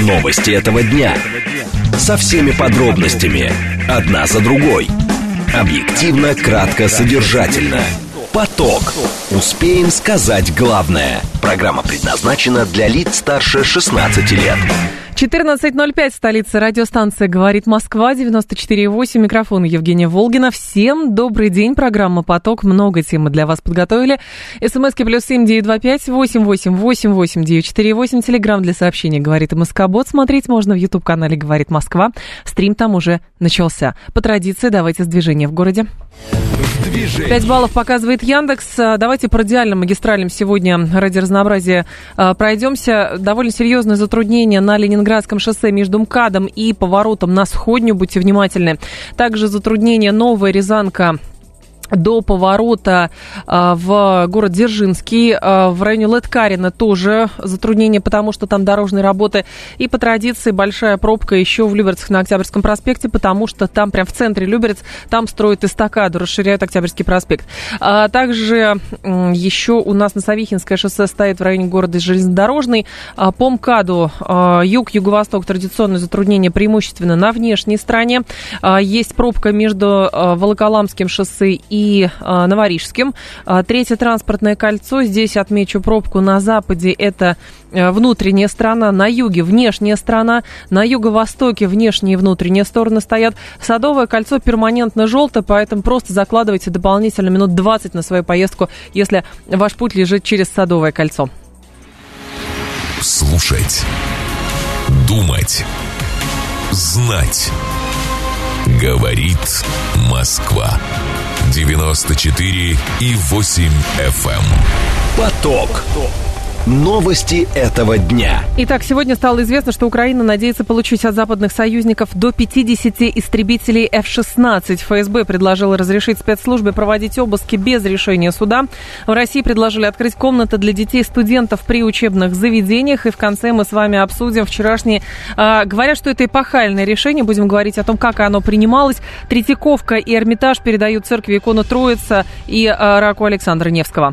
Новости этого дня. Со всеми подробностями. Одна за другой. Объективно, кратко, содержательно. Поток. Успеем сказать главное. Программа предназначена для лиц старше 16 лет. 14:05, столица, радиостанция «Говорит Москва», 94,8, микрофон Евгения Волгина. Всем добрый день, программа «Поток», много тем мы для вас подготовили. СМСки +7 925 88 88 948, телеграм для сообщений «Говорит МСК-бот». Смотреть можно в YouTube-канале «Говорит Москва». Стрим там уже начался. По традиции, давайте с движения в городе. 5 баллов показывает Яндекс. Давайте по радиальным магистралям сегодня ради разнообразия пройдемся. Довольно серьезное затруднение на Ленинградском шоссе между МКАДом и поворотом на Сходню. Будьте внимательны. Также затруднение Новая Рязанка до поворота в город Дзержинский. В районе Лыткарина тоже затруднение, потому что там дорожные работы. И по традиции большая пробка еще в Люберцах на Октябрьском проспекте, потому что там прям в центре Люберец, там строят эстакаду, расширяют Октябрьский проспект. Также еще у нас на Савихинское шоссе стоит в районе города Железнодорожный. По МКАДу юг-юго-восток традиционное затруднение преимущественно на внешней стороне. Есть пробка между Волоколамским шоссе и Новорижским. Третье транспортное кольцо. Здесь отмечу пробку на западе. Это внутренняя сторона. На юге внешняя сторона. На юго-востоке внешние и внутренние стороны стоят. Садовое кольцо перманентно желтое, поэтому просто закладывайте дополнительно минут 20 на свою поездку, если ваш путь лежит через Садовое кольцо. Слушать. Думать. Знать. Говорит Москва. 94,8 FM. Поток. Новости этого дня. Итак, сегодня стало известно, что Украина надеется получить от западных союзников до 50 истребителей F-16. ФСБ предложила разрешить спецслужбе проводить обыски без решения суда. В России предложили открыть комнаты для детей-студентов при учебных заведениях. И в конце мы с вами обсудим вчерашние... Говорят, что это эпохальное решение. Будем говорить о том, как оно принималось. Третьяковка и Эрмитаж передают церкви икону Троица и раку Александра Невского.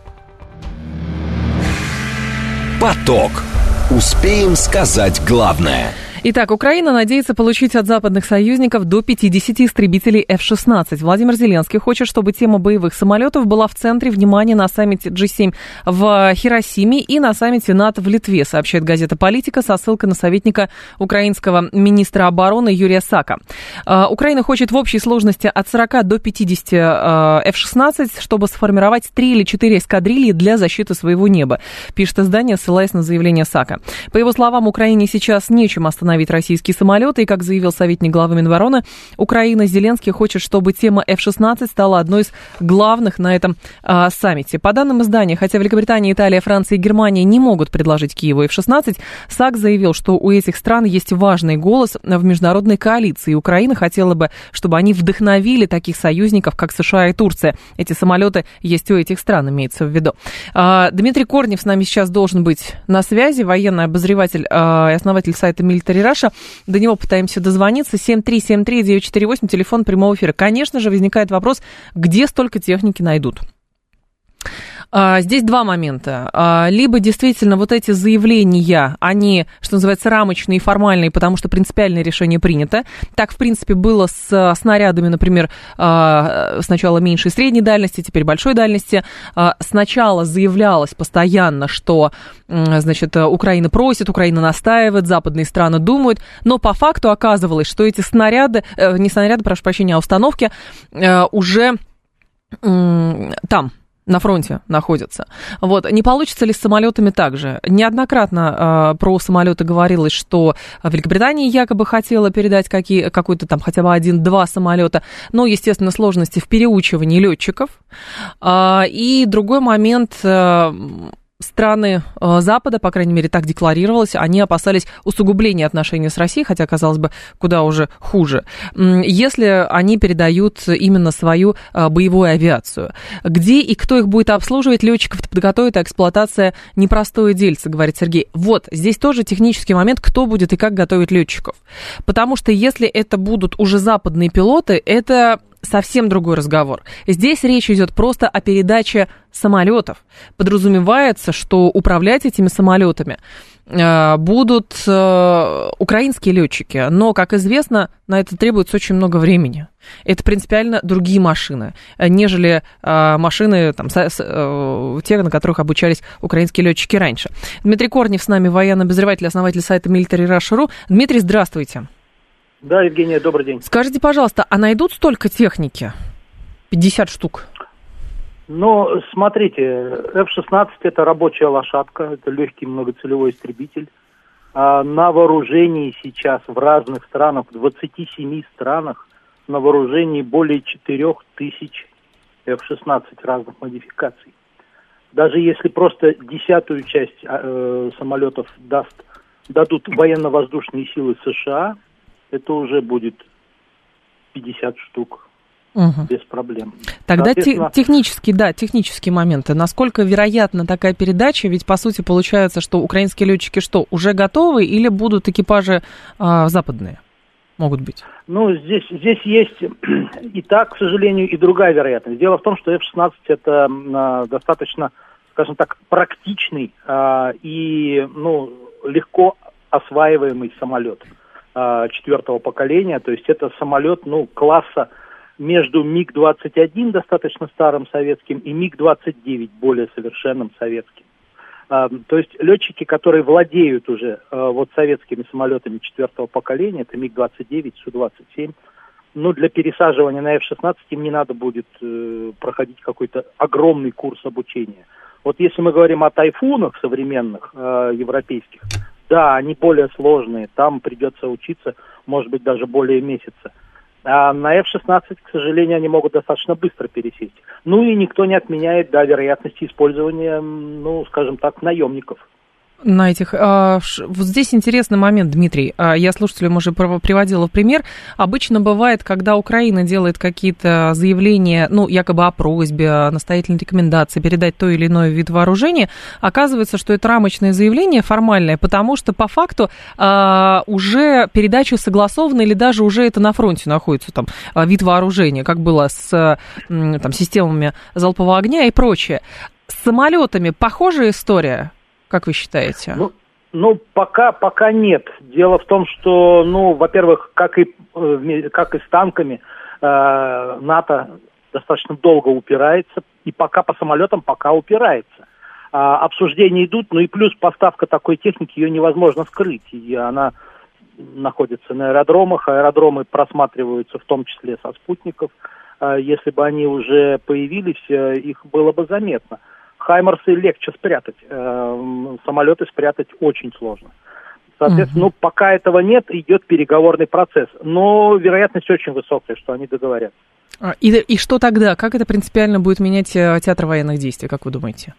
Поток. Успеем сказать главное. Итак, Украина надеется получить от западных союзников до 50 истребителей F-16. Владимир Зеленский хочет, чтобы тема боевых самолетов была в центре внимания на саммите G7 в Хиросиме и на саммите НАТО в Литве, сообщает газета «Политика» со ссылкой на советника украинского министра обороны Юрия Сака. Украина хочет в общей сложности от 40 до 50 F-16, чтобы сформировать 3 или 4 эскадрильи для защиты своего неба, пишет издание, ссылаясь на заявление Сака. По его словам, Украине сейчас нечем остановить российские самолеты, и, как заявил советник главы Минобороны Украины, Зеленский хочет, чтобы тема F-16 стала одной из главных на этом саммите. По данным издания, хотя Великобритания, Италия, Франция и Германия не могут предложить Киеву F-16, Сак заявил, что у этих стран есть важный голос в международной коалиции, и Украина хотела бы, чтобы они вдохновили таких союзников, как США и Турция. Эти самолеты есть у этих стран, имеется в виду. Дмитрий Корнев с нами сейчас должен быть на связи, военный обозреватель и основатель сайта Military Russia. До него пытаемся дозвониться. 7373948, телефон прямого эфира. Конечно же, возникает вопрос, где столько техники найдут? Здесь два момента. Либо действительно вот эти заявления, они, что называется, рамочные и формальные, потому что принципиальное решение принято. Так, в принципе, было с снарядами, например, сначала меньшей и средней дальности, теперь большой дальности. Сначала заявлялось постоянно, что, значит, Украина просит, Украина настаивает, западные страны думают, но по факту оказывалось, что эти снаряды, не снаряды, прошу прощения, а установки уже там, на фронте находятся. Вот. Не получится ли с самолетами также? Неоднократно про самолеты говорилось, что Великобритания якобы хотела передать какой-то там хотя бы 1-2 самолета, но, естественно, сложности в переучивании летчиков. И другой момент... Страны Запада, по крайней мере, так декларировалось, они опасались усугубления отношений с Россией, хотя, казалось бы, куда уже хуже, если они передают именно свою боевую авиацию. Где и кто их будет обслуживать, летчиков подготовит, а эксплуатация непростое дельце, говорит Сергей. Вот, здесь тоже технический момент, кто будет и как готовить летчиков. Потому что если это будут уже западные пилоты, это... совсем другой разговор. Здесь речь идет просто о передаче самолетов. Подразумевается, что управлять этими самолетами будут украинские летчики. Но, как известно, на это требуется очень много времени. Это принципиально другие машины, нежели машины, там, те, на которых обучались украинские летчики раньше. Дмитрий Корнев с нами, военный обозреватель, основатель сайта Military.ru. Дмитрий, здравствуйте. Да, Евгения, добрый день. Скажите, пожалуйста, а найдут столько техники? 50 штук. Ну, смотрите, F-16 это рабочая лошадка, это легкий многоцелевой истребитель. На вооружении сейчас в разных странах, в 27 странах, на вооружении более 4000 F-16 разных модификаций. Даже если просто 10-ю часть самолетов дадут военно-воздушные силы США, это уже будет 50 штук. Без проблем. Тогда технические моменты. Насколько вероятна такая передача? Ведь, по сути, получается, что украинские летчики уже готовы или будут экипажи западные? Могут быть. Ну, здесь есть и так, к сожалению, и другая вероятность. Дело в том, что F-16 это достаточно, скажем так, практичный и легко осваиваемый самолет 4-го поколения. То есть это самолет класса между МиГ-21, достаточно старым советским, и МиГ-29, более совершенным советским. То есть летчики, которые владеют уже советскими самолетами 4-го поколения, это МиГ-29, Су-27, для пересаживания на F-16 им не надо будет проходить какой-то огромный курс обучения. Вот если мы говорим о тайфунах современных, европейских, да, они более сложные, там придется учиться, может быть, даже более месяца. А на F-16, к сожалению, они могут достаточно быстро пересесть. Ну и никто не отменяет, вероятности использования, скажем так, наемников. На этих. Вот здесь интересный момент, Дмитрий. Я слушателям уже приводила в пример. Обычно бывает, когда Украина делает какие-то заявления, якобы о просьбе, о настоятельной рекомендации передать то или иное вид вооружения, оказывается, что это рамочное заявление формальное, потому что по факту уже передача согласована или даже уже это на фронте находится, там, вид вооружения, как было с системами залпового огня и прочее. С самолетами похожая история? Как вы считаете? Пока нет. Дело в том, что, во-первых, как и с танками, НАТО достаточно долго упирается, и пока по самолетам упирается. Обсуждения идут, и плюс поставка такой техники, ее невозможно скрыть, и она находится на аэродромах, аэродромы просматриваются в том числе со спутников. Если бы они уже появились, их было бы заметно. Хаймерсы легче спрятать, самолеты спрятать очень сложно. Соответственно, пока этого нет, идет переговорный процесс. Но вероятность очень высокая, что они договорятся. И что тогда? Как это принципиально будет менять театр военных действий, как вы думаете?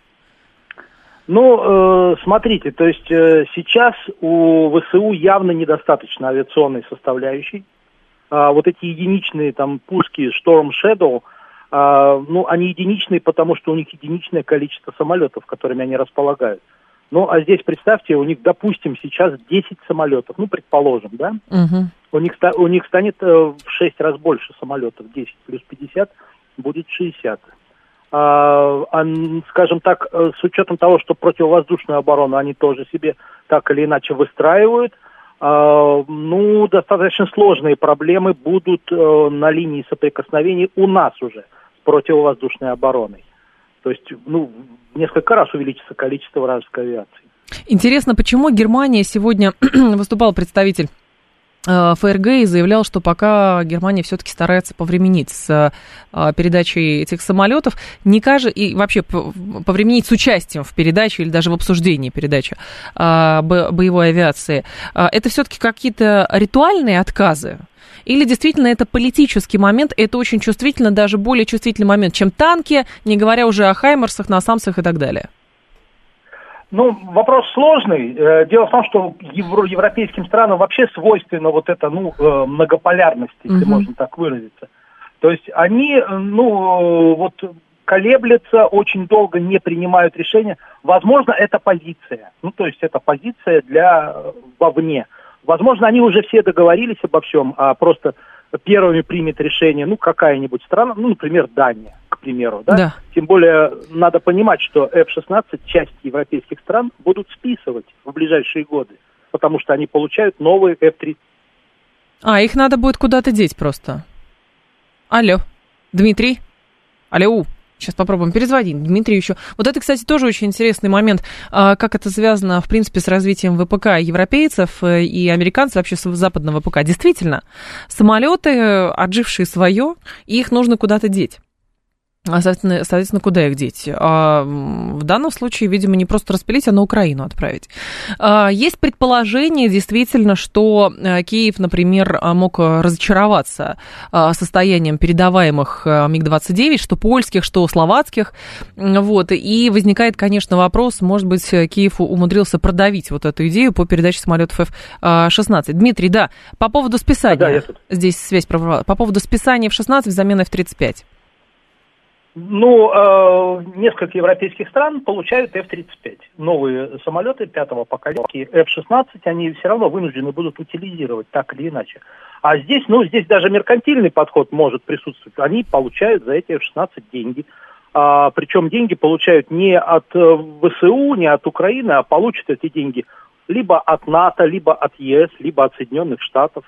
Смотрите, то есть сейчас у ВСУ явно недостаточно авиационной составляющей. Вот эти единичные пуски Storm Shadow, они единичные, потому что у них единичное количество самолетов, которыми они располагают. А здесь, представьте, у них, допустим, сейчас 10 самолетов, предположим, да? У них станет в 6 раз больше самолетов, 10 плюс 50 будет 60. Скажем так, с учетом того, что противовоздушную оборону они тоже себе так или иначе выстраивают, достаточно сложные проблемы будут на линии соприкосновения у нас уже с противовоздушной обороной. То есть, в несколько раз увеличится количество вражеской авиации. Интересно, почему Германия сегодня выступал представитель ФРГ и заявлял, что пока Германия все-таки старается повременить с передачей этих самолетов, и вообще повременить с участием в передаче или даже в обсуждении передачи боевой авиации. Это все-таки какие-то ритуальные отказы? Или действительно это политический момент, это очень чувствительно, даже более чувствительный момент, чем танки, не говоря уже о Хаймерсах, Насамсах и так далее? Вопрос сложный. Дело в том, что европейским странам вообще свойственна эта многополярность, если можно так выразиться. То есть они, колеблются, очень долго не принимают решения. Возможно, это позиция. То есть это позиция для вовне. Возможно, они уже все договорились обо всем, а просто первыми примет решение, какая-нибудь страна, например, Дания, к примеру, да? Тем более надо понимать, что F-16 часть европейских стран будут списывать в ближайшие годы, потому что они получают новые F-35. Их надо будет куда-то деть просто. Алло, Дмитрий? Алло, сейчас попробуем перезвонить Дмитрию еще. Вот это, кстати, тоже очень интересный момент, как это связано, в принципе, с развитием ВПК европейцев и американцев, вообще с западного ВПК. Действительно, самолеты, отжившие свое, их нужно куда-то деть. Соответственно, куда их деть? В данном случае, видимо, не просто распилить, а на Украину отправить. Есть предположение, действительно, что Киев, например, мог разочароваться состоянием передаваемых МиГ-29, что польских, что словацких. Вот. И возникает, конечно, вопрос, может быть, Киев умудрился продавить вот эту идею по передаче самолетов F-16. Дмитрий, да, по поводу списания. Здесь связь прорвала. По поводу списания F-16 взамен F-35. Несколько европейских стран получают F-35. Новые самолеты пятого поколения. F-16 они все равно вынуждены будут утилизировать так или иначе. А здесь, здесь даже меркантильный подход может присутствовать. Они получают за эти F-16 деньги. Причем деньги получают не от ВСУ, не от Украины, а получат эти деньги либо от НАТО, либо от ЕС, либо от Соединенных Штатов.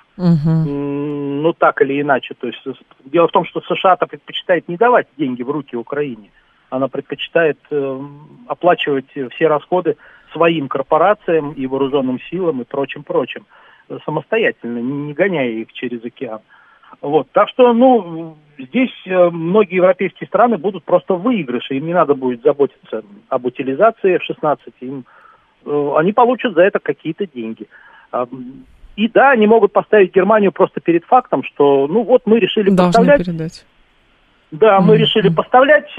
Так или иначе. То есть дело в том, что США-то предпочитает не давать деньги в руки Украине. Она предпочитает оплачивать все расходы своим корпорациям и вооруженным силам и прочим, самостоятельно, не гоняя их через океан. Вот. Так что, здесь многие европейские страны будут просто в выигрыше. Им не надо будет заботиться об утилизации F-16. Они получат за это какие-то деньги. И да, они могут поставить Германию просто перед фактом, что, мы решили поставлять. Передать. Да, мы решили поставлять,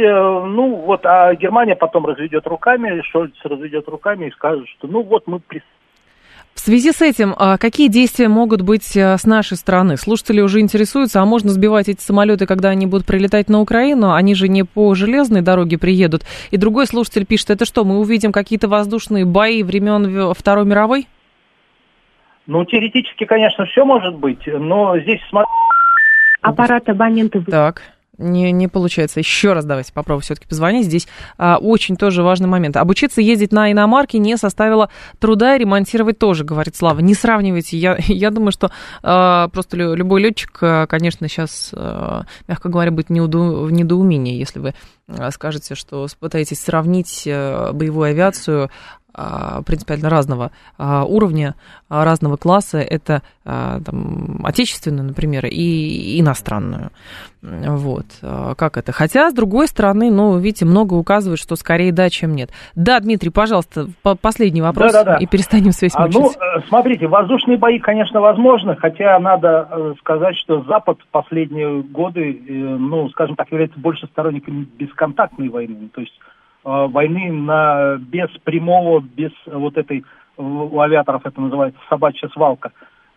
а Германия потом разведет руками, Шольц разведет руками и скажет, что, мы В связи с этим, какие действия могут быть с нашей стороны? Слушатели уже интересуются, а можно сбивать эти самолеты, когда они будут прилетать на Украину? Они же не по железной дороге приедут. И другой слушатель пишет, это что, мы увидим какие-то воздушные бои времен Второй мировой? Теоретически, конечно, все может быть, но здесь... Аппарат абонента... Так... Не получается. Еще раз давайте попробуем все-таки позвонить. Здесь очень тоже важный момент. Обучиться ездить на иномарке не составило труда, и ремонтировать тоже, говорит Слава. Не сравнивайте. Я думаю, что просто любой летчик, конечно, сейчас, мягко говоря, будет в недоумении, если вы скажете, что пытаетесь сравнить боевую авиацию принципиально разного уровня, разного класса. Это отечественную, например, и иностранную. Вот. Как это? Хотя, с другой стороны, видите, много указывает, что скорее да, чем нет. Да, Дмитрий, пожалуйста, последний вопрос, и перестанем связь мучить. Смотрите, воздушные бои, конечно, возможны, хотя надо сказать, что Запад в последние годы, скажем так, является больше сторонниками бесконтактной войны, то есть войны без прямого, без вот этой, у авиаторов это называется собачья свалка,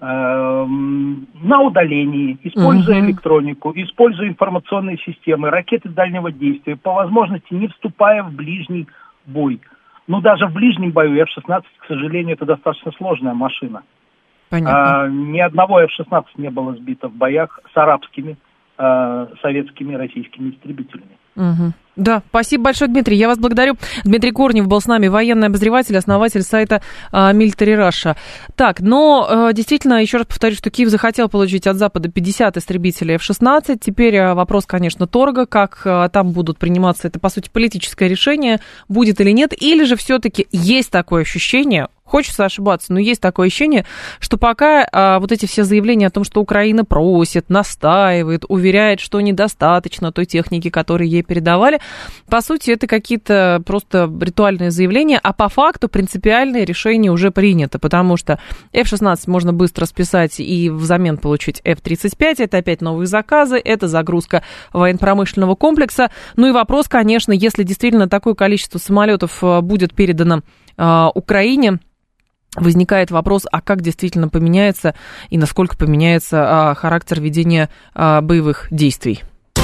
на удалении, используя электронику, используя информационные системы, ракеты дальнего действия, по возможности не вступая в ближний бой. Даже в ближнем бою F-16, к сожалению, это достаточно сложная машина. Понятно. Ни одного F-16 не было сбито в боях с арабскими, советскими, российскими истребителями. Да, спасибо большое, Дмитрий. Я вас благодарю. Дмитрий Корнев был с нами, военный обозреватель, основатель сайта Military Russia. Так, но действительно, еще раз повторю, что Киев захотел получить от Запада 50 истребителей F-16. Теперь вопрос, конечно, торга, как там будут приниматься, это, по сути, политическое решение, будет или нет, или же все-таки есть такое ощущение, хочется ошибаться, но есть такое ощущение, что пока вот эти все заявления о том, что Украина просит, настаивает, уверяет, что недостаточно той техники, которую ей передавали, по сути, это какие-то просто ритуальные заявления, а по факту принципиальное решение уже принято, потому что F-16 можно быстро списать и взамен получить F-35, это опять новые заказы, это загрузка военно-промышленного комплекса. Ну и вопрос, конечно, если действительно такое количество самолетов будет передано Украине, возникает вопрос, а как действительно поменяется и насколько поменяется характер ведения боевых действий.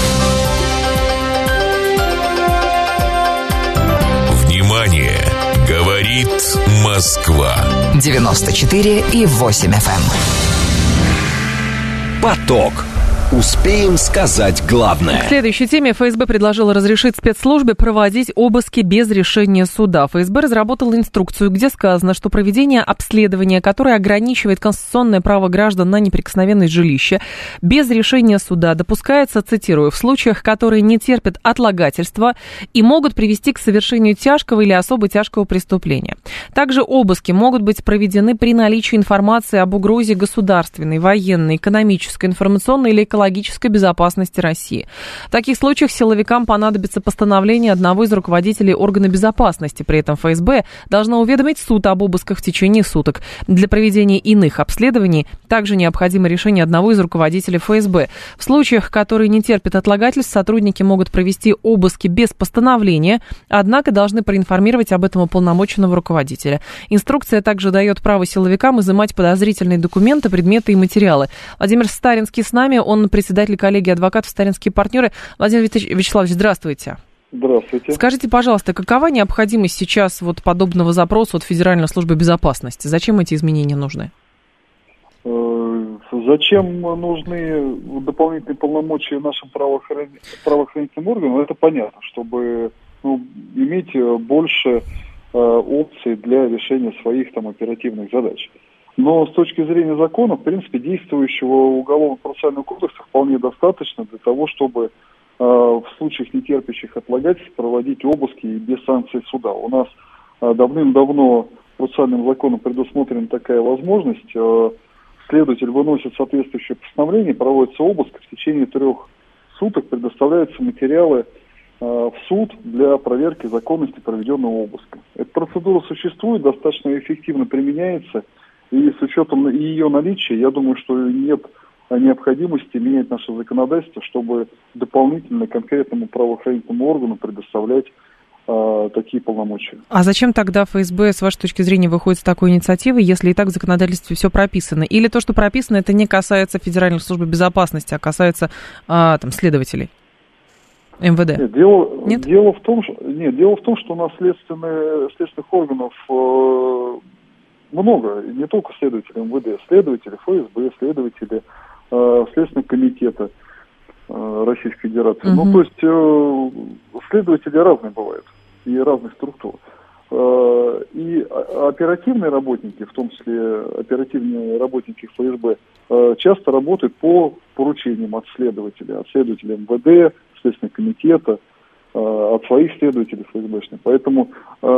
Внимание! Говорит Москва. 94,8 FM. Поток. Успеем сказать главное. К следующей теме. ФСБ предложила разрешить спецслужбе проводить обыски без решения суда. ФСБ разработала инструкцию, где сказано, что проведение обследования, которое ограничивает конституционное право граждан на неприкосновенность жилища, без решения суда допускается, цитирую, в случаях, которые не терпят отлагательства и могут привести к совершению тяжкого или особо тяжкого преступления. Также обыски могут быть проведены при наличии информации об угрозе государственной, военной, экономической, информационной или экологической безопасности России. В таких случаях силовикам понадобится постановление одного из руководителей органа безопасности. При этом ФСБ должна уведомить суд об обысках в течение суток. Для проведения иных обследований также необходимо решение одного из руководителей ФСБ. В случаях, которые не терпят отлагательств, сотрудники могут провести обыски без постановления, однако должны проинформировать об этом уполномоченного руководителя. Инструкция также дает право силовикам изымать подозрительные документы, предметы и материалы. Владимир Старинский с нами, он председатель коллегии адвокатов «Старинские партнеры». Владимир Вячеславович, здравствуйте. Здравствуйте. Скажите, пожалуйста, какова необходимость сейчас вот подобного запроса от Федеральной службы безопасности? Зачем эти изменения нужны? Зачем нужны дополнительные полномочия нашим правоохранительным органам? Это понятно, чтобы иметь больше опций для решения своих оперативных задач. Но с точки зрения закона, в принципе, действующего Уголовно-процессуального кодекса вполне достаточно для того, чтобы в случаях, не терпящих отлагательств, проводить обыски без санкций суда. У нас давным-давно процессуальным законом предусмотрена такая возможность. Следователь выносит соответствующее постановление, проводится обыск, в течение 3 суток предоставляются материалы в суд для проверки законности проведенного обыска. Эта процедура существует, достаточно эффективно применяется, и с учетом ее наличия, я думаю, что нет необходимости менять наше законодательство, чтобы дополнительно конкретному правоохранительному органу предоставлять такие полномочия. А зачем тогда ФСБ, с вашей точки зрения, выходит с такой инициативой, если и так в законодательстве все прописано? Или то, что прописано, это не касается Федеральной службы безопасности, а касается следователей? МВД? Дело в том, что у нас следственных органов много, не только следователи МВД, следователи ФСБ, следователи Следственного комитета Российской Федерации. То есть следователи разные бывают и разных структур. И оперативные работники, в том числе оперативные работники ФСБ, часто работают по поручениям от следователя МВД, Следственного комитета, от своих следователей ФСБшных. Поэтому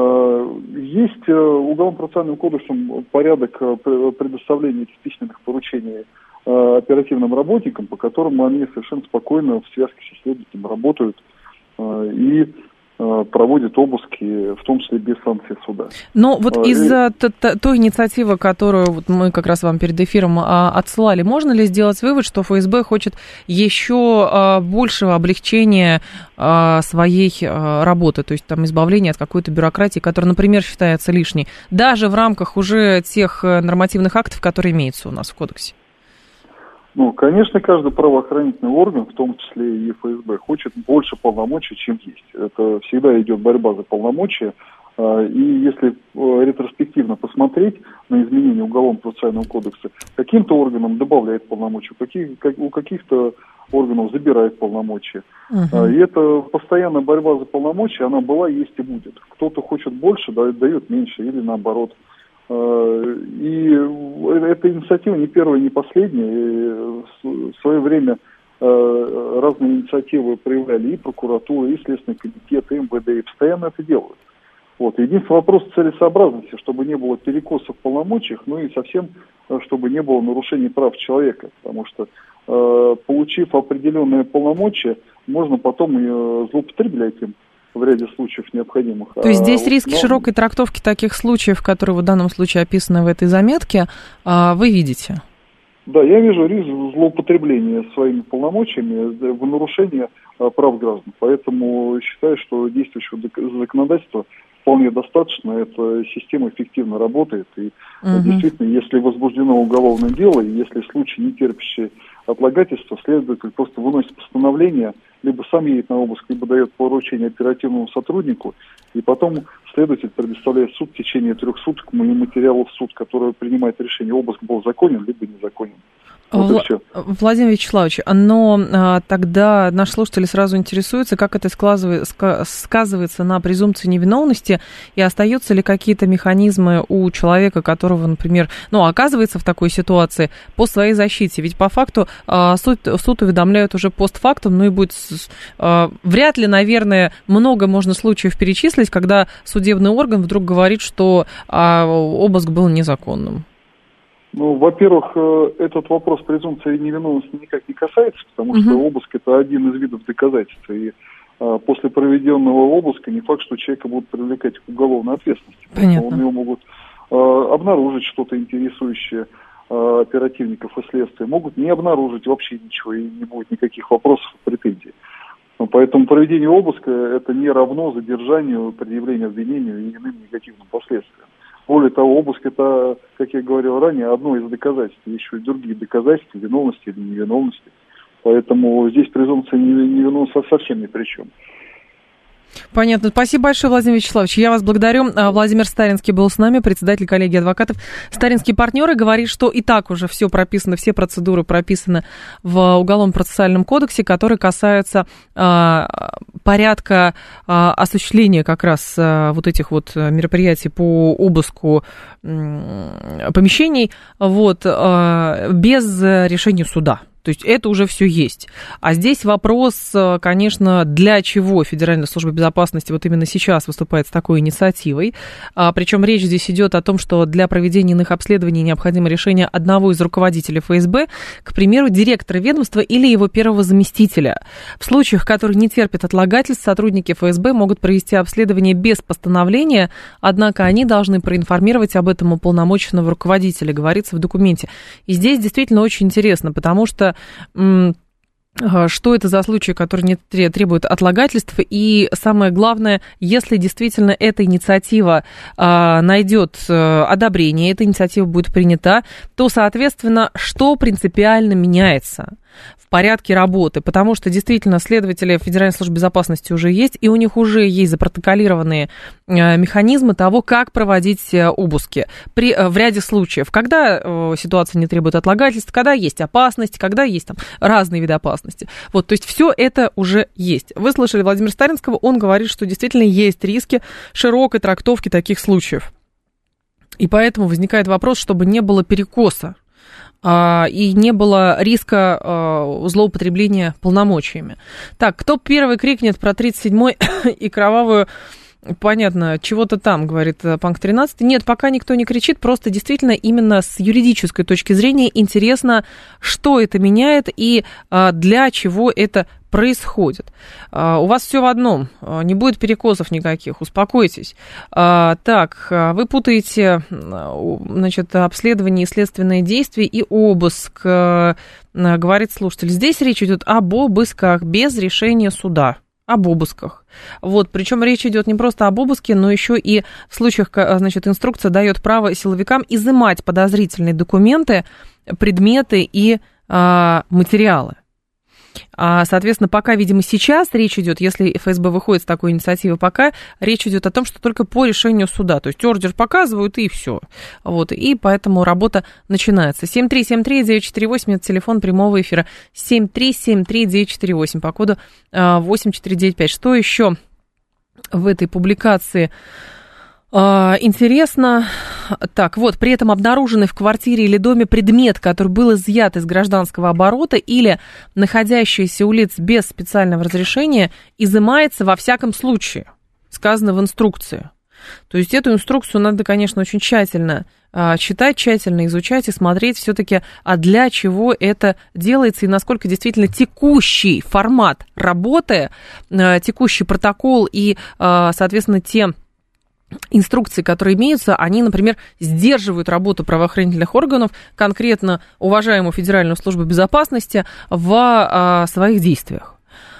есть Уголовно-процессуальным кодексом порядок предоставления этих письменных поручений оперативным работникам, по которым они совершенно спокойно в связке со следователем работают и проводят обыски, в том числе без санкций суда. Но вот из-за той инициативы, которую мы как раз вам перед эфиром отсылали, можно ли сделать вывод, что ФСБ хочет еще большего облегчения своей работы, то есть избавления от какой-то бюрократии, которая, например, считается лишней, даже в рамках уже тех нормативных актов, которые имеются у нас в кодексе? Конечно, каждый правоохранительный орган, в том числе и ФСБ, хочет больше полномочий, чем есть. Это всегда идет борьба за полномочия. И если ретроспективно посмотреть на изменения Уголовно-процессуального кодекса, каким-то органам добавляет полномочия, у каких-то органов забирает полномочия. И это постоянная борьба за полномочия, она была, есть и будет. Кто-то хочет больше, дает меньше, или наоборот. И эта инициатива не первая, не последняя. В свое время разные инициативы проявляли и прокуратура, и Следственный комитет, и МВД, и постоянно это делают. Единственный вопрос целесообразности, чтобы не было перекосов в полномочиях, и совсем, чтобы не было нарушений прав человека. Потому что, получив определенные полномочия, можно потом злоупотреблять им в ряде случаев необходимых. То есть здесь риски широкой трактовки таких случаев, которые в данном случае описаны в этой заметке, вы видите? Да, я вижу риск злоупотребления своими полномочиями в нарушение прав граждан. Поэтому считаю, что действующего законодательства вполне достаточно. Эта система эффективно работает. И действительно, если возбуждено уголовное дело, и если случай не терпящий отлагательства, следователь просто выносит постановление, либо сам едет на обыск, либо дает поручение оперативному сотруднику, и потом следователь предоставляет в суд в течение 3 суток материалы в суд, который принимает решение, обыск был законен, либо незаконен. Вот и все. Владимир Вячеславович, но тогда наши слушатели сразу интересуются, как это сказывается на презумпции невиновности, и остаются ли какие-то механизмы у человека, которого, например, оказывается в такой ситуации, по своей защите. Ведь по факту суд уведомляют уже постфактум, и будет вряд ли, наверное, много можно случаев перечислить, когда судебный орган вдруг говорит, что обыск был незаконным. Во-первых, этот вопрос презумпции невиновности никак не касается, потому что обыск – это один из видов доказательства. И после проведенного обыска не факт, что человека будут привлекать к уголовной ответственности. Понятно. У него могут обнаружить что-то интересующее оперативников и следствия, могут не обнаружить вообще ничего, и не будет никаких вопросов и претензий. Поэтому проведение обыска – это не равно задержанию, предъявлению обвинению и иным негативным последствиям. Более того, обыск – это, как я говорил ранее, одно из доказательств. Есть еще и другие доказательства, виновности или невиновности. Поэтому здесь презумпция невиновности совсем ни при чем. Понятно. Спасибо большое, Владимир Вячеславович. Я вас благодарю. Владимир Старинский был с нами, председатель коллегии адвокатов. Старинские партнеры говорит, что и так уже все прописано, все процедуры прописаны в Уголовном процессуальном кодексе, который касается порядка осуществления как раз вот этих вот мероприятий по обыску помещений без решения суда. То есть это уже все есть. А здесь вопрос, конечно, для чего Федеральная служба безопасности вот именно сейчас выступает с такой инициативой. Причем речь здесь идет о том, что для проведения иных обследований необходимо решение одного из руководителей ФСБ, к примеру, директора ведомства или его первого заместителя. В случаях, которые не терпят отлагательств, сотрудники ФСБ могут провести обследование без постановления, однако они должны проинформировать об этом уполномоченного руководителя, говорится в документе. И здесь действительно очень интересно, потому что что это за случаи, которые не требуют отлагательств, и самое главное, если действительно эта инициатива найдет одобрение, эта инициатива будет принята, то, соответственно, что принципиально меняется в порядке работы, потому что действительно следователи Федеральной службы безопасности уже есть, и у них уже есть запротоколированные механизмы того, как проводить обыски в ряде случаев, когда ситуация не требует отлагательств, когда есть опасность, когда есть там разные виды опасности. То есть все это уже есть. Вы слышали Владимира Старинского, он говорит, что действительно есть риски широкой трактовки таких случаев. И поэтому возникает вопрос, чтобы не было перекоса и не было риска злоупотребления полномочиями. Так, кто первый крикнет про 37-й и кровавую... Понятно, чего-то там, говорит Панк 13. Нет, пока никто не кричит, просто действительно именно с юридической точки зрения интересно, что это меняет и для чего это происходит. У вас все в одном, не будет перекосов никаких, успокойтесь. Так, вы путаете, значит, обследование и следственные действия и обыск, говорит слушатель. Здесь речь идет об обысках без решения суда. Об обысках. Причем речь идет не просто об обыске, но еще и в случаях, значит, инструкция дает право силовикам изымать подозрительные документы, предметы и материалы. Соответственно, пока, видимо, сейчас речь идет, если ФСБ выходит с такой инициативы, пока речь идет о том, что только по решению суда. То есть ордер показывают, и все. И поэтому работа начинается. 7373948, это телефон прямого эфира. 7373948, по коду 8495. Что еще в этой публикации интересно? Так, при этом обнаруженный в квартире или доме предмет, который был изъят из гражданского оборота или находящийся у лиц без специального разрешения, изымается во всяком случае, сказано в инструкции. То есть эту инструкцию надо, конечно, очень тщательно читать, тщательно изучать и смотреть все-таки, для чего это делается и насколько действительно текущий формат работы, текущий протокол и, соответственно, те инструкции, которые имеются, они, например, сдерживают работу правоохранительных органов, конкретно уважаемую Федеральную службу безопасности, в своих действиях.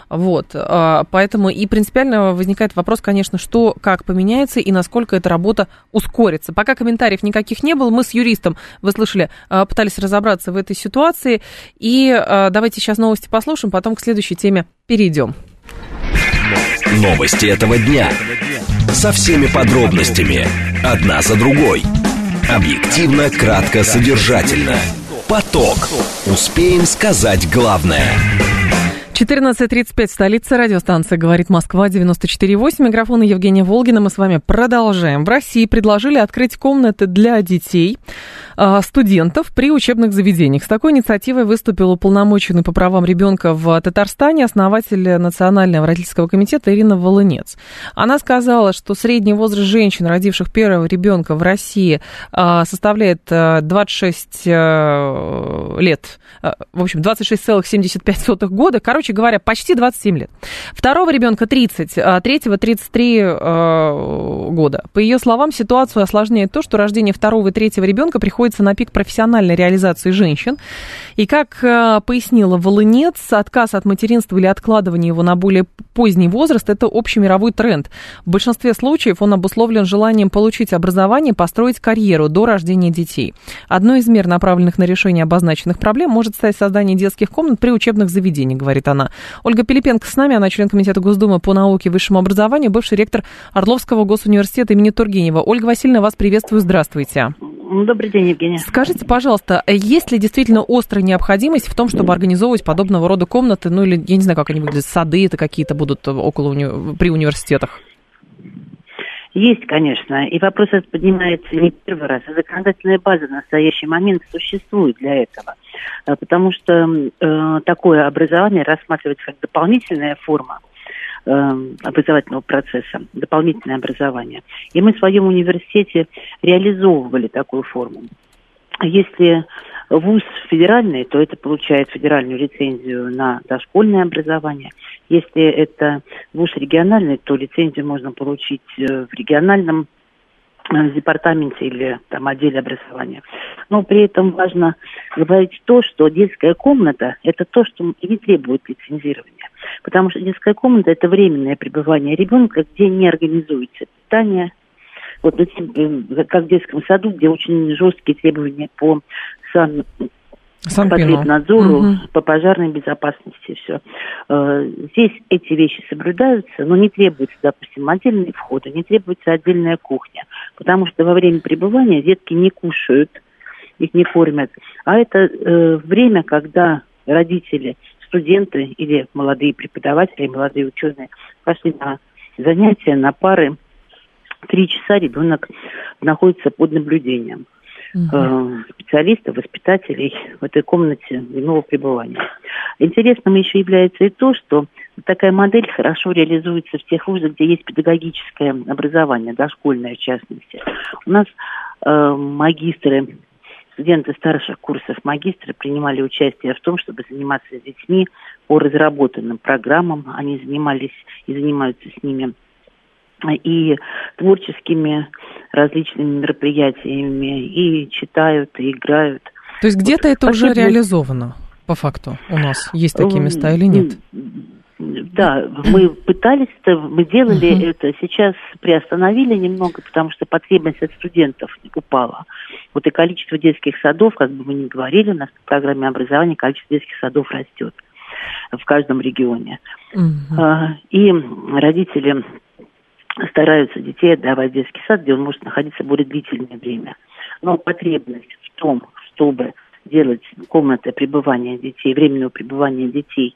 Поэтому и принципиально возникает вопрос, конечно, что, как поменяется и насколько эта работа ускорится. Пока комментариев никаких не было, мы с юристом, вы слышали, пытались разобраться в этой ситуации. И давайте сейчас новости послушаем, потом к следующей теме перейдем. Новости этого дня. Со всеми подробностями. Одна за другой. Объективно, кратко, содержательно. Поток. Успеем сказать главное. 14:35 в столице. Радиостанция «Говорит Москва», 94.8. Микрофон Евгения Волгина. Мы с вами продолжаем. В России предложили открыть комнаты для детей, студентов при учебных заведениях. С такой инициативой выступил уполномоченный по правам ребенка в Татарстане основатель Национального родительского комитета Ирина Волынец. Она сказала, что средний возраст женщин, родивших первого ребенка в России, составляет 26 лет. В общем, 26,75 года. Короче говоря, почти 27 лет. Второго ребенка 30, третьего 33 года. По ее словам, ситуацию осложняет то, что рождение второго и третьего ребенка приходится на пик профессиональной реализации женщин. И, как пояснила Волынец, отказ от материнства или откладывание его на более поздний возраст – это общемировой тренд. В большинстве случаев он обусловлен желанием получить образование, построить карьеру до рождения детей. Одной из мер, направленных на решение обозначенных проблем, может стать создание детских комнат при учебных заведениях, говорит она. Ольга Пилипенко с нами, она член Комитета Госдумы по науке и высшему образованию, бывший ректор Орловского госуниверситета имени Тургенева. Ольга Васильевна, вас приветствую, здравствуйте. Добрый день, Евгения. Скажите, пожалуйста, есть ли действительно острая необходимость в том, чтобы организовывать подобного рода комнаты, ну или, я не знаю, как они выглядят, сады это какие-то будут при университетах? Есть, конечно, и вопрос этот поднимается не первый раз. Законодательная база в настоящий момент существует для этого, потому что такое образование рассматривается как дополнительная форма образовательного процесса, дополнительное образование. И мы в своем университете реализовывали такую форму. Если вуз федеральный, то это получает федеральную лицензию на дошкольное образование. Если это вуз региональный, то лицензию можно получить в региональном департаменте или там отделе образования. Но при этом важно говорить то, что детская комната – это то, что не требует лицензирования. Потому что детская комната – это временное пребывание ребенка, где не организуется питание. Вот, как в детском саду, где очень жесткие требования по потребнадзору, по пожарной безопасности, все. Здесь эти вещи соблюдаются, но не требуется, допустим, отдельные входы, не требуется отдельная кухня, потому что во время пребывания детки не кушают, их не кормят, а это время, когда родители, студенты или молодые преподаватели, молодые ученые пошли на занятия, на пары, 3 часа ребенок находится под наблюдением специалистов, воспитателей в этой комнате дневного пребывания. Интересным еще является и то, что такая модель хорошо реализуется в тех вузах, где есть педагогическое образование, дошкольное в частности. У нас магистры, студенты старших курсов магистры принимали участие в том, чтобы заниматься с детьми по разработанным программам. Они занимались и занимаются с ними и творческими различными мероприятиями, и читают, и играют. То есть где-то это уже реализовано, по факту, у нас? Есть такие места или нет? Да, мы пытались, мы делали это, сейчас приостановили немного, потому что потребность от студентов упала. Вот и количество детских садов, как бы мы ни говорили, у нас в программе образования количество детских садов растет в каждом регионе. И родители стараются детей отдавать в детский сад, где он может находиться более длительное время. Но потребность в том, чтобы делать комнаты пребывания детей, временного пребывания детей,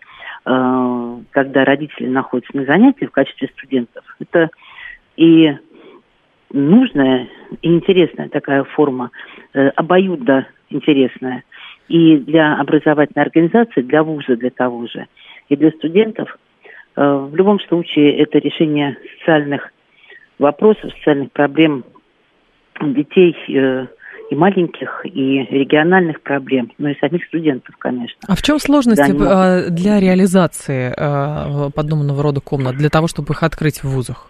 когда родители находятся на занятиях в качестве студентов, это и нужная, и интересная такая форма, обоюдно интересная. И для образовательной организации, для вуза, для того же, и для студентов. В любом случае, это решение социальных вопросов, социальных проблем детей и маленьких, и региональных проблем, но и самих студентов, конечно. А в чем сложности для реализации подобного рода комнат, для того, чтобы их открыть в вузах?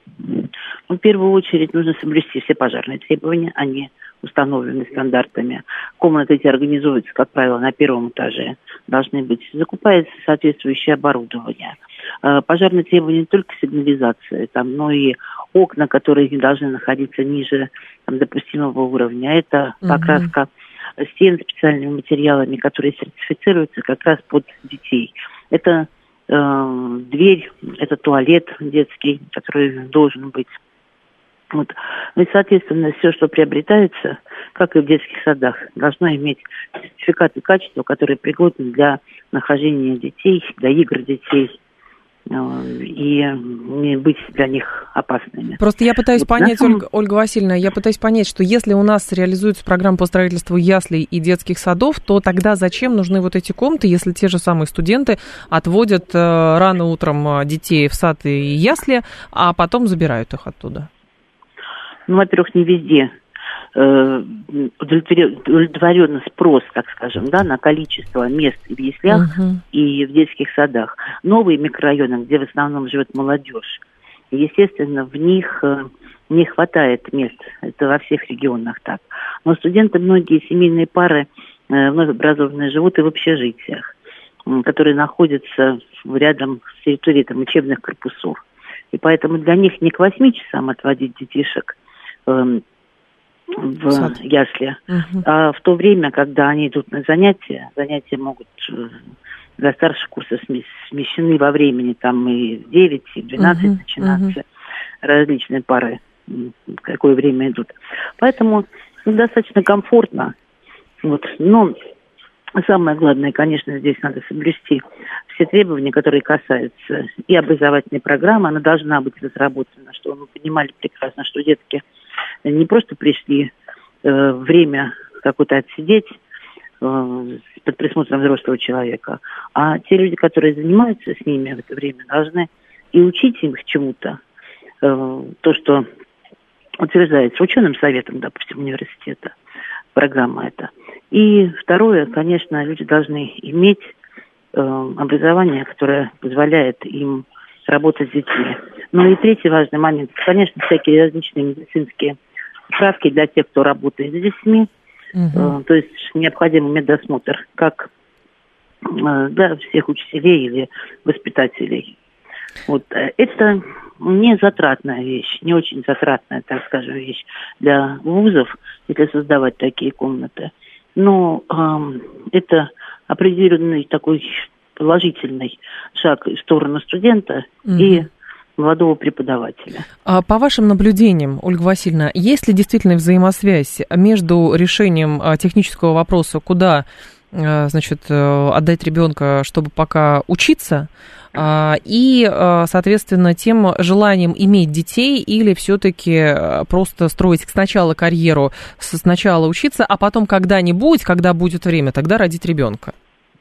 В первую очередь нужно соблюсти все пожарные требования, они установлены стандартами. Комнаты эти организуются, как правило, на первом этаже. Должны быть, закупается соответствующее оборудование. Пожарные требования не только сигнализации, но и окна, которые не должны находиться ниже допустимого уровня. Это покраска стен специальными материалами, которые сертифицируются как раз под детей. Это дверь, это туалет детский, который должен быть. Вот. Ну и, соответственно, все, что приобретается, как и в детских садах, должно иметь сертификаты качества, которые пригодны для нахождения детей, для игр детей, и не быть для них опасными. Просто я пытаюсь понять, Ольга Васильевна, что если у нас реализуется программа по строительству яслей и детских садов, то тогда зачем нужны вот эти комнаты, если те же самые студенты отводят рано утром детей в сад и ясли, а потом забирают их оттуда? Ну, во-первых, не везде удовлетворен спрос, так скажем, да, на количество мест в яслях и в детских садах. Новые микрорайоны, где в основном живет молодежь, естественно, в них не хватает мест. Это во всех регионах так. Но студенты, многие семейные пары вновь образованные, живут и в общежитиях, которые находятся рядом с территорией там, учебных корпусов. И поэтому для них не к 8 часам отводить детишек в ясли, а в то время, когда они идут на занятия могут для старших курсов смещены во времени, там и в 9, и в 12 начинаться различные пары, в какое время идут. Поэтому достаточно комфортно. Вот. Но самое главное, конечно, здесь надо соблюсти все требования, которые касаются и образовательной программы. Она должна быть разработана, чтобы мы понимали прекрасно, что детки не просто пришли время какое-то отсидеть под присмотром взрослого человека, а те люди, которые занимаются с ними в это время, должны и учить их чему-то, то, что утверждается ученым советом, допустим, университета, программа эта. И второе, конечно, люди должны иметь образование, которое позволяет им работать с детьми. Ну и третий важный момент, конечно, всякие различные медицинские справки для тех, кто работает с детьми. То есть необходимый медосмотр как для всех учителей или воспитателей. Вот. Это не затратная вещь, не очень затратная, так скажем, вещь для вузов, если создавать такие комнаты. Но это определенный такой положительный шаг в сторону студента и молодого преподавателя. А по вашим наблюдениям, Ольга Васильевна, есть ли действительно взаимосвязь между решением технического вопроса, куда, значит, отдать ребенка, чтобы пока учиться, и, соответственно, тем желанием иметь детей или все-таки просто строить сначала карьеру, сначала учиться, а потом когда-нибудь, когда будет время, тогда родить ребенка?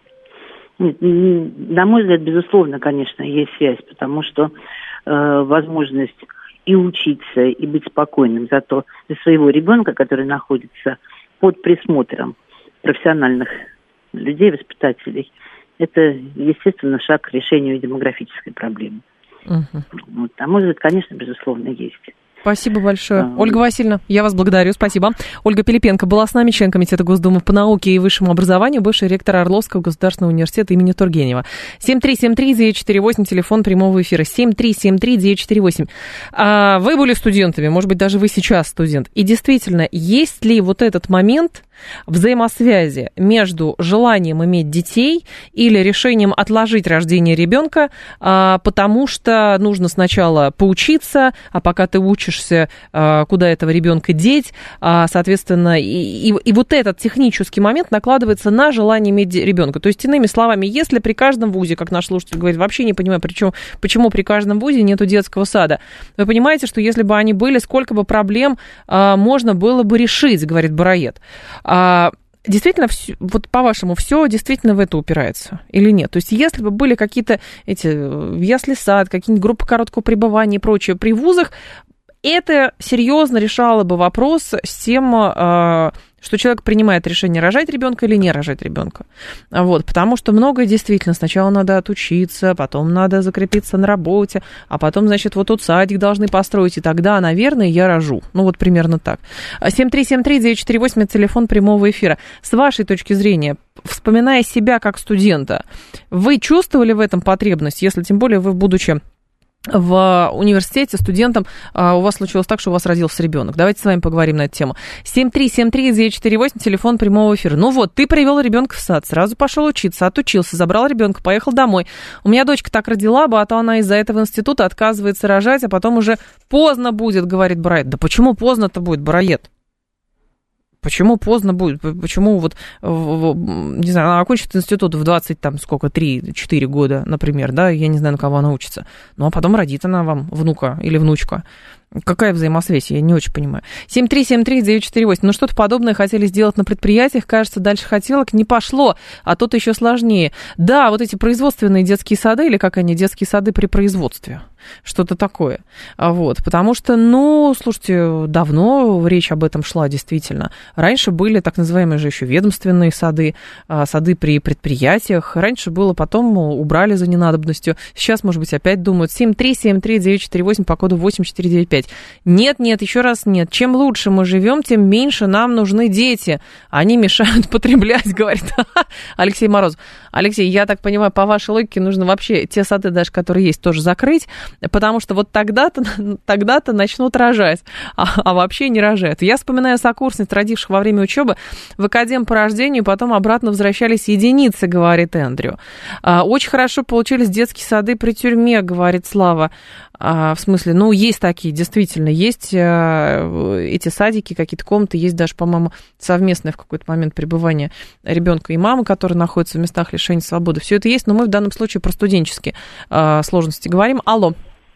На мой взгляд, безусловно, конечно, есть связь, потому что возможность и учиться, и быть спокойным за своего ребенка, который находится под присмотром профессиональных людей, воспитателей, это, естественно, шаг к решению демографической проблемы. Вот, на мой взгляд, конечно, безусловно, есть. Спасибо большое. Ольга Васильевна, я вас благодарю, спасибо. Ольга Пилипенко была с нами, член Комитета Госдумы по науке и высшему образованию, бывший ректор Орловского государственного университета имени Тургенева. 7373948, телефон прямого эфира, 7373948. Вы были студентами, может быть, даже вы сейчас студент. И действительно, есть ли вот этот момент взаимосвязи между желанием иметь детей или решением отложить рождение ребенка, потому что нужно сначала поучиться, а пока ты учишься, куда этого ребенка деть, соответственно, и вот этот технический момент накладывается на желание иметь ребенка. То есть, иными словами, если при каждом вузе, как наш слушатель говорит, вообще не понимаю, почему при каждом вузе нету детского сада, вы понимаете, что если бы они были, сколько бы проблем можно было бы решить, говорит Бароед. Действительно, вот по-вашему, все действительно в это упирается или нет? То есть, если бы были какие-то ясли-сад, какие-нибудь группы короткого пребывания и прочее при вузах, это серьезно решало бы вопрос с тем, что человек принимает решение, рожать ребенка или не рожать ребенка. Вот, потому что многое действительно. Сначала надо отучиться, потом надо закрепиться на работе, а потом, значит, вот тут садик должны построить, и тогда, наверное, я рожу. Ну, вот примерно так. 7373948, телефон прямого эфира. С вашей точки зрения, вспоминая себя как студента, вы чувствовали в этом потребность, если тем более вы, будучи в университете студентам, у вас случилось так, что у вас родился ребенок. Давайте с вами поговорим на эту тему. 7373948, телефон прямого эфира. Ну вот, ты привел ребенка в сад, сразу пошел учиться, отучился, забрал ребенка, поехал домой. У меня дочка так родила бы, а то она из-за этого института отказывается рожать, а потом уже поздно будет, говорит Бароед. Да почему поздно-то будет, Бароед? Почему поздно будет? Почему вот, не знаю, она окончит институт в 3-4 года, например, да, я не знаю, на кого она учится. Ну, а потом родит она вам внука или внучка. Какая взаимосвязь? Я не очень понимаю. 7373948. Ну, что-то подобное хотели сделать на предприятиях. Кажется, дальше хотелок не пошло, а тут еще сложнее. Да, вот эти производственные детские сады, или как они, детские сады при производстве. Что-то такое. Вот. Потому что, ну, слушайте, давно речь об этом шла, действительно. Раньше были так называемые же еще ведомственные сады, сады при предприятиях. Раньше было, потом убрали за ненадобностью. Сейчас, может быть, опять думают. 7373948 по коду 8495. Нет, еще раз нет. Чем лучше мы живем, тем меньше нам нужны дети. Они мешают потреблять, говорит Алексей Морозов. Алексей, я так понимаю, по вашей логике нужно вообще те сады, даже которые есть, тоже закрыть, потому что вот тогда-то начнут рожать, а вообще не рожают. Я вспоминаю сокурсниц, родивших во время учебы в академ по рождению, потом обратно возвращались единицы, говорит Эндрю. Очень хорошо получились детские сады при тюрьме, говорит Слава. В смысле, ну, есть такие, действительно, есть эти садики, какие-то комнаты, есть даже, по-моему, совместное в какой-то момент пребывание ребенка и мамы, которые находятся в местах лишения свободы. Все это есть, но мы в данном случае про студенческие сложности говорим. Алло.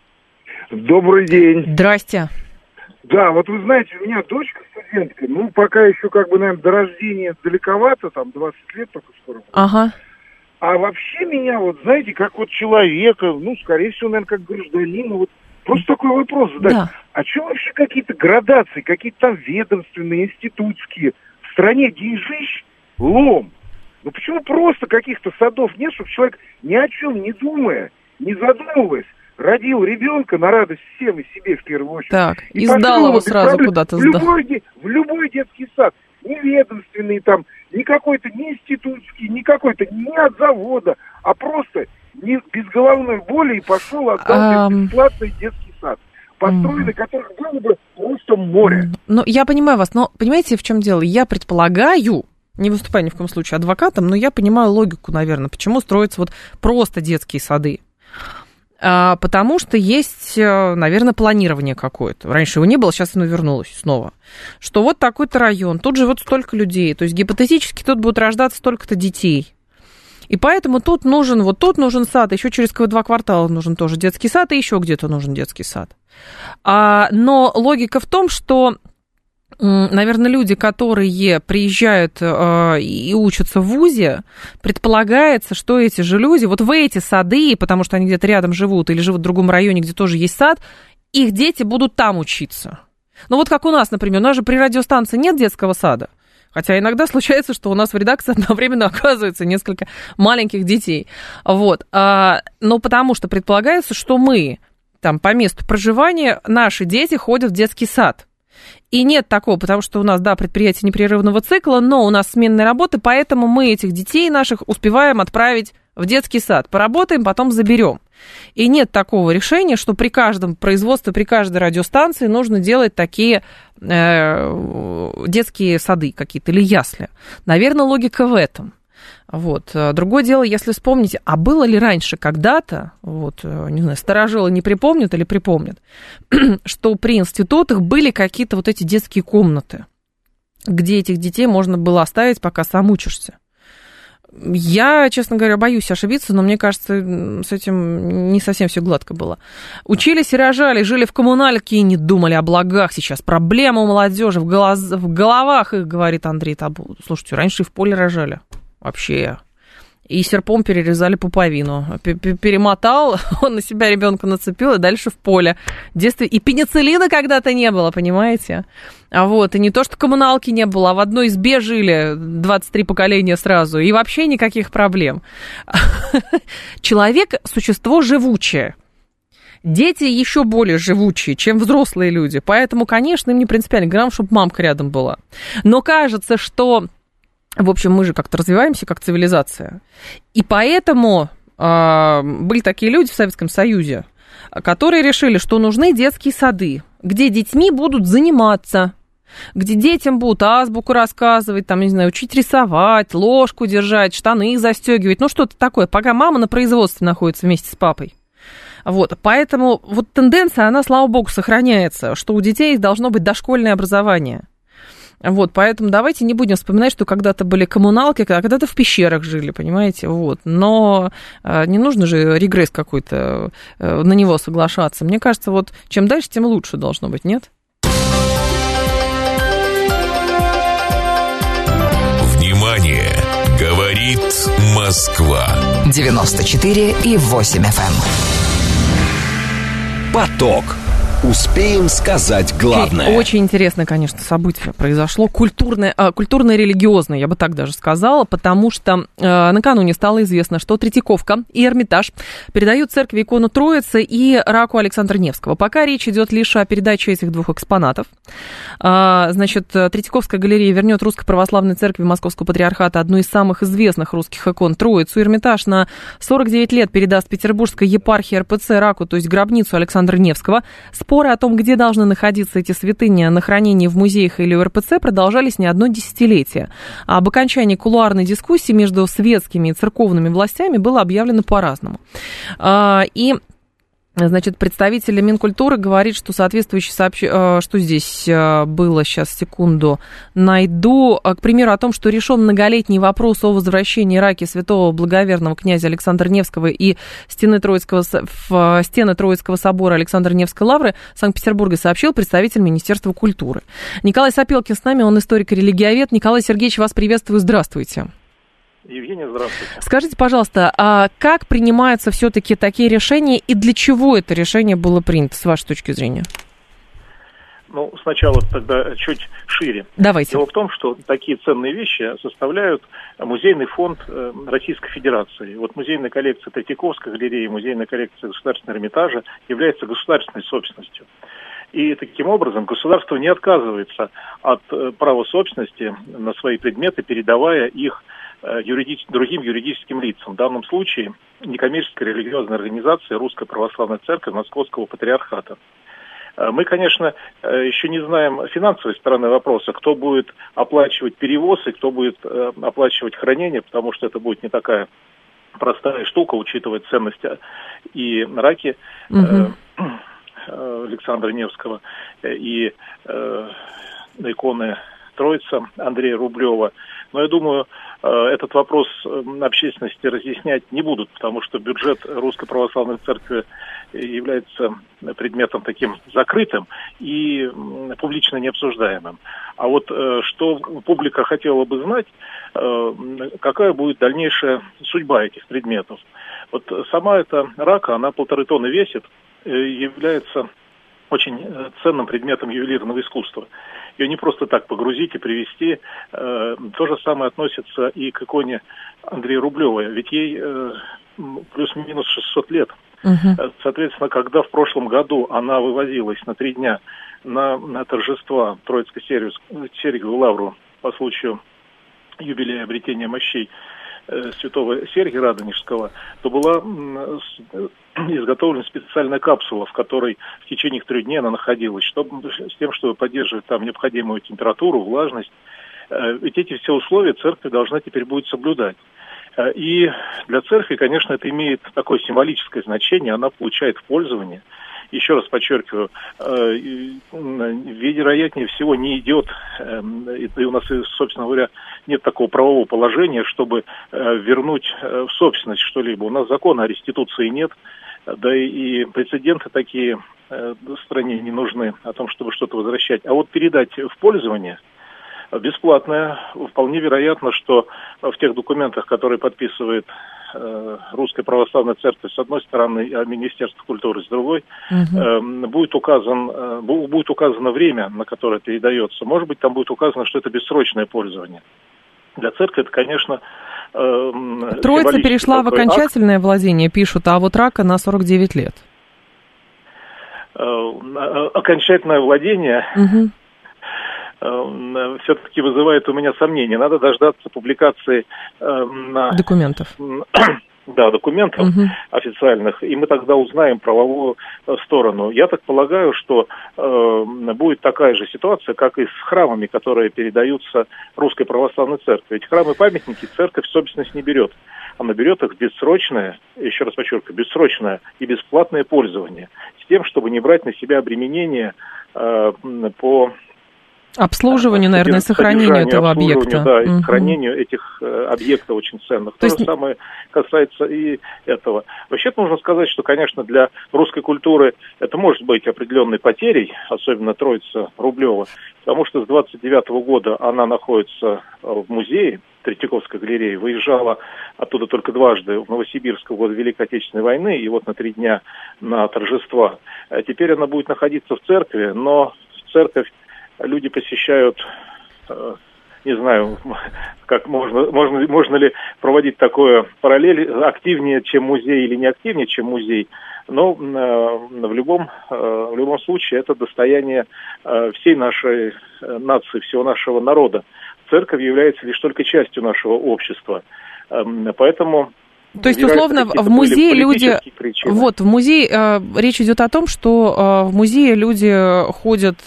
Добрый день. Здрасте. Да, вот вы знаете, у меня дочка студентка, ну, пока еще, наверное, до рождения далековато, там, 20 лет только скоро. Ага. А вообще меня, вот, знаете, как вот человека, ну, скорее всего, наверное, как гражданина, вот, просто такой вопрос задать. Да. А что вообще какие-то градации, какие-то там ведомственные, институтские, в стране деньжищ лом? Ну, почему просто каких-то садов нет, чтобы человек ни о чем не думая, не задумываясь, родил ребенка на радость всем и себе в первую очередь. Так, и сдал его сразу куда-то. В любой детский сад. Не ведомственный там, не какой-то, не институтский, не какой-то, не от завода, а просто без головной боли и пошел отдал бесплатный детский сад, построенный, которых было бы просто море. Ну, я понимаю вас, но понимаете, в чем дело? Я предполагаю, не выступая ни в коем случае адвокатом, но я понимаю логику, наверное, почему строятся вот просто детские сады. Потому что есть, наверное, планирование какое-то. Раньше его не было, сейчас оно вернулось снова. Что вот такой-то район, тут живет столько людей. То есть гипотетически тут будут рождаться столько-то детей. И поэтому тут нужен сад, еще через 2 квартала нужен тоже детский сад, и еще где-то нужен детский сад. Но логика в том, что, наверное, люди, которые приезжают и учатся в вузе, предполагается, что эти же люди, вот в эти сады, потому что они где-то рядом живут или живут в другом районе, где тоже есть сад, их дети будут там учиться. Ну вот как у нас, например, у нас же при радиостанции нет детского сада. Хотя иногда случается, что у нас в редакции одновременно оказывается несколько маленьких детей. Вот. Но потому что предполагается, что мы там по месту проживания, наши дети ходят в детский сад. И нет такого, потому что у нас, да, предприятие непрерывного цикла, но у нас сменная работа, поэтому мы этих детей наших успеваем отправить в детский сад. Поработаем, потом заберем. И нет такого решения, что при каждом производстве, при каждой радиостанции нужно делать такие детские сады какие-то или ясли. Наверное, логика в этом. Вот. Другое дело, если вспомните, а было ли раньше когда-то, вот, не знаю, старожилы не припомнят или припомнят, что при институтах были какие-то вот эти детские комнаты, где этих детей можно было оставить, пока сам учишься. Я, честно говоря, боюсь ошибиться, но мне кажется, с этим не совсем все гладко было. Учились и рожали, жили в коммунальке и не думали о благах. Сейчас проблема у молодежи в головах их, говорит Андрей Табу. Слушайте, раньше и в поле рожали. Вообще. И серпом перерезали пуповину. Перемотал, он на себя ребенка нацепил, и дальше в поле. И пенициллина когда-то не было, понимаете? Вот, и не то, что коммуналки не было, а в одной избе жили 23 поколения сразу, и вообще никаких проблем. Человек – существо живучее. Дети еще более живучие, чем взрослые люди. Поэтому, конечно, им не принципиально, главное, чтобы мамка рядом была. Но кажется, что... В общем, мы же как-то развиваемся как цивилизация. И поэтому были такие люди в Советском Союзе, которые решили, что нужны детские сады, где детьми будут заниматься, где детям будут азбуку рассказывать, там, не знаю, учить рисовать, ложку держать, штаны застегивать, ну, что-то такое, пока мама на производстве находится вместе с папой. Вот, поэтому вот тенденция, она, слава богу, сохраняется, что у детей должно быть дошкольное образование. Вот, поэтому давайте не будем вспоминать, что когда-то были коммуналки, а когда-то в пещерах жили, понимаете, вот. Но не нужно же регресс какой-то на него соглашаться. Мне кажется, вот чем дальше, тем лучше должно быть, нет? Внимание! Говорит Москва. 94,8 FM. Поток. Успеем сказать главное. Очень интересное, конечно, событие произошло. Культурно-религиозное, я бы так даже сказала, потому что накануне стало известно, что Третьяковка и Эрмитаж передают церкви икону Троицы и раку Александра Невского. Пока речь идет лишь о передаче этих двух экспонатов. Значит, Третьяковская галерея вернет Русской Православной Церкви Московского Патриархата одну из самых известных русских икон Троицу. Эрмитаж на 49 лет передаст Петербургской епархии РПЦ раку, то есть гробницу Александра Невского. Споры о том, где должны находиться эти святыни на хранении в музеях или у РПЦ, продолжались не одно десятилетие. А об окончании кулуарной дискуссии между светскими и церковными властями было объявлено по-разному. Значит, представитель Минкультуры говорит, что соответствующее сообщение, что здесь было, сейчас, секунду, найду, к примеру, о том, что решен многолетний вопрос о возвращении раки святого благоверного князя Александра Невского и стены Троицкого собора Александра Невской лавры Санкт-Петербурга, сообщил представитель Министерства культуры. Николай Сапелкин с нами, он историк-религиовед. Николай Сергеевич, вас приветствую, здравствуйте. Евгения, здравствуйте. Скажите, пожалуйста, а как принимаются все-таки такие решения и для чего это решение было принято, с вашей точки зрения? Ну, сначала тогда чуть шире. Давайте. Дело в том, что такие ценные вещи составляют музейный фонд Российской Федерации. Вот музейная коллекция Третьяковской галереи, музейная коллекция Государственного Эрмитажа является государственной собственностью. И таким образом государство не отказывается от права собственности на свои предметы, передавая их другим юридическим лицам. В данном случае некоммерческая религиозная организация Русская Православная Церковь Московского Патриархата. Мы, конечно, еще не знаем финансовой стороны вопроса, кто будет оплачивать перевоз и кто будет оплачивать хранение, потому что это будет не такая простая штука, учитывая ценность и раки Александра Невского, и иконы Троица Андрея Рублева. Но я думаю, этот вопрос общественности разъяснять не будут, потому что бюджет Русской Православной Церкви является предметом таким закрытым и публично необсуждаемым. А вот что публика хотела бы знать, какая будет дальнейшая судьба этих предметов. Вот сама эта рака, она 1,5 тонны весит, является очень ценным предметом ювелирного искусства. Ее не просто так погрузить и привезти. То же самое относится и к иконе Андрея Рублева. Ведь ей плюс-минус 600 лет. Соответственно, когда в прошлом году она вывозилась на 3 дня на торжества Троицкой Сергиевой лавру по случаю юбилея обретения мощей святого Сергия Радонежского, то была изготовлена специальная капсула, в которой в течение 3 дней она находилась, с тем, чтобы поддерживать там необходимую температуру, влажность. Ведь эти все условия церковь должна теперь будет соблюдать. И для церкви, конечно, это имеет такое символическое значение, она получает в пользование. Еще раз подчеркиваю, вероятнее всего не идет, и у нас, собственно говоря, нет такого правового положения, чтобы вернуть в собственность что-либо. У нас закона о реституции нет, да и прецеденты такие в стране не нужны о том, чтобы что-то возвращать. А вот передать в пользование бесплатное, вполне вероятно, что в тех документах, которые подписывает Русская Православная Церковь с одной стороны, а Министерство культуры с другой, будет указано время, на которое передается. Может быть, там будет указано, что это бессрочное пользование. Для церкви это, конечно, Троица перешла в окончательное владение, пишут, а вот рака на 49 лет. Окончательное владение все-таки вызывает у меня сомнения. Надо дождаться публикации документов. документов официальных, и мы тогда узнаем правовую сторону. Я так полагаю, что будет такая же ситуация, как и с храмами, которые передаются Русской Православной Церкви. Эти храмы-памятники церковь в собственность не берет. Она берет их в бессрочное, еще раз подчеркиваю, бессрочное и бесплатное пользование, с тем, чтобы не брать на себя обременение по обслуживанию, наверное, сохранению этого объекта. Да, и сохранению этих объектов очень ценных. То же самое касается и этого. Вообще-то нужно сказать, что, конечно, для русской культуры это может быть определенной потерей, особенно Троица Рублева, потому что с 29 года она находится в музее, Третьяковской галереи, выезжала оттуда только дважды, в Новосибирск в год Великой Отечественной войны и вот на 3 дня на торжества. А теперь она будет находиться в церкви, но церковь люди посещают, не знаю, как можно ли проводить такое параллель, активнее, чем музей или не активнее, чем музей. Но в любом случае это достояние всей нашей нации, всего нашего народа. Церковь является лишь только частью нашего общества. Поэтому... То есть, условно, в музее люди... Вот, в музее речь идет о том, что в музее люди ходят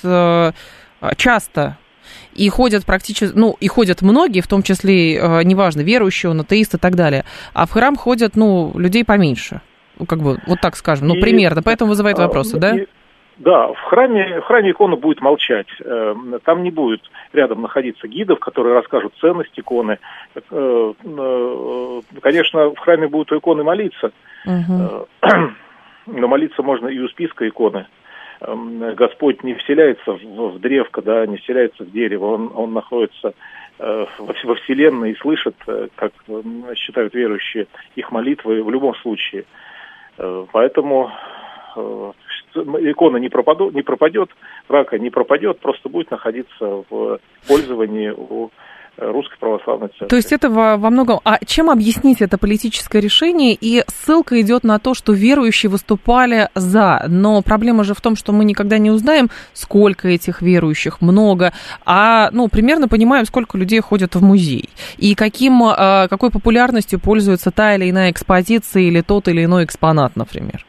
часто, и ходят практически, и ходят многие, в том числе, неважно, верующие, атеисты и так далее, а в храм ходят, людей поменьше, вот так скажем, примерно, поэтому вызывает вопросы, да? Да, в храме икона будет молчать. Там не будет рядом находиться гидов, которые расскажут ценность иконы. Конечно, в храме будут иконы молиться, но молиться можно и у списка иконы. Господь не вселяется в древко, не вселяется в дерево, он находится во Вселенной и слышит, как считают верующие, их молитвы в любом случае. Поэтому икона не пропадет, рака не пропадет, просто будет находиться в пользовании у Русской Православной Церкви. То есть это во многом... А чем объяснить это политическое решение? И ссылка идет на то, что верующие выступали за. Но проблема же в том, что мы никогда не узнаем, сколько этих верующих, много. А, примерно понимаем, сколько людей ходят в музей. И какой популярностью пользуется та или иная экспозиция или тот или иной экспонат, например.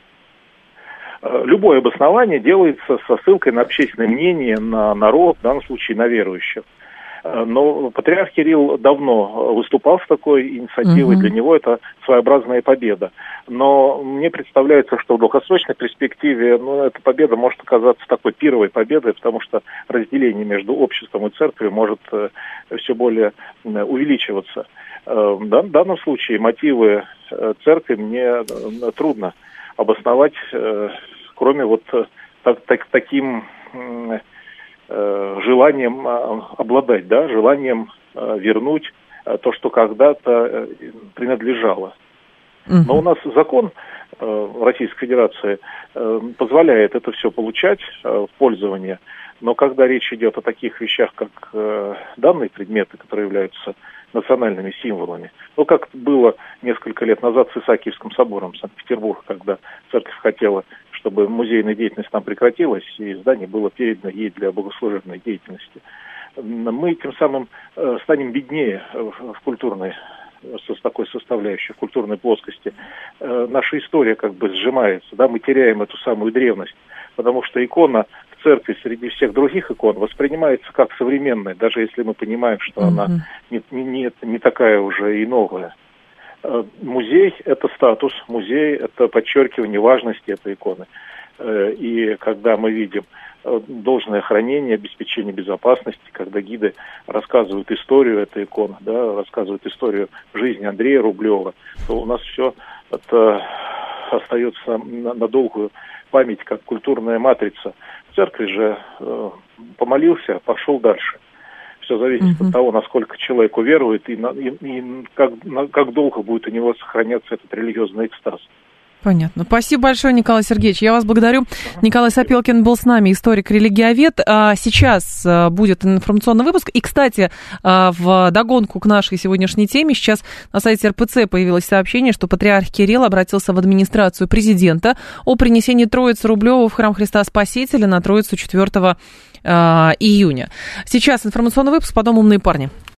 Любое обоснование делается со ссылкой на общественное мнение, на народ, в данном случае на верующих. Но патриарх Кирилл давно выступал с такой инициативой, для него это своеобразная победа. Но мне представляется, что в долгосрочной перспективе эта победа может оказаться такой пировой победой, потому что разделение между обществом и церковью может все более увеличиваться. В данном случае мотивы церкви мне трудно обосновать, кроме таким желанием обладать, желанием вернуть то, что когда-то принадлежало. Но у нас закон Российской Федерации позволяет это все получать в пользование, но когда речь идет о таких вещах, как данные предметы, которые являются национальными символами, как было несколько лет назад с Исаакиевским собором Санкт-Петербург, когда церковь хотела, чтобы музейная деятельность там прекратилась, и здание было передано ей для богослужебной деятельности. Мы тем самым станем беднее в культурной, с такой составляющей, в культурной плоскости. Наша история сжимается, мы теряем эту самую древность, потому что икона в церкви среди всех других икон воспринимается как современная, даже если мы понимаем, что она не такая уже и новая. Музей – это статус, музей – это подчеркивание важности этой иконы. И когда мы видим должное хранение, обеспечение безопасности, когда гиды рассказывают историю этой иконы, рассказывают историю жизни Андрея Рублева, то у нас все это остается на долгую память, как культурная матрица. В церкви же помолился, пошел дальше. Все зависит от того, насколько человек уверует и как долго будет у него сохраняться этот религиозный экстаз. Понятно. Спасибо большое, Николай Сергеевич. Я вас благодарю. Николай Сапелкин был с нами, историк-религиовед. Сейчас будет информационный выпуск. И, кстати, в догонку к нашей сегодняшней теме, сейчас на сайте РПЦ появилось сообщение, что патриарх Кирилл обратился в администрацию президента о принесении Троицы Рублева в храм Христа Спасителя на Троицу 4 июня. Сейчас информационный выпуск, потом «Умные парни».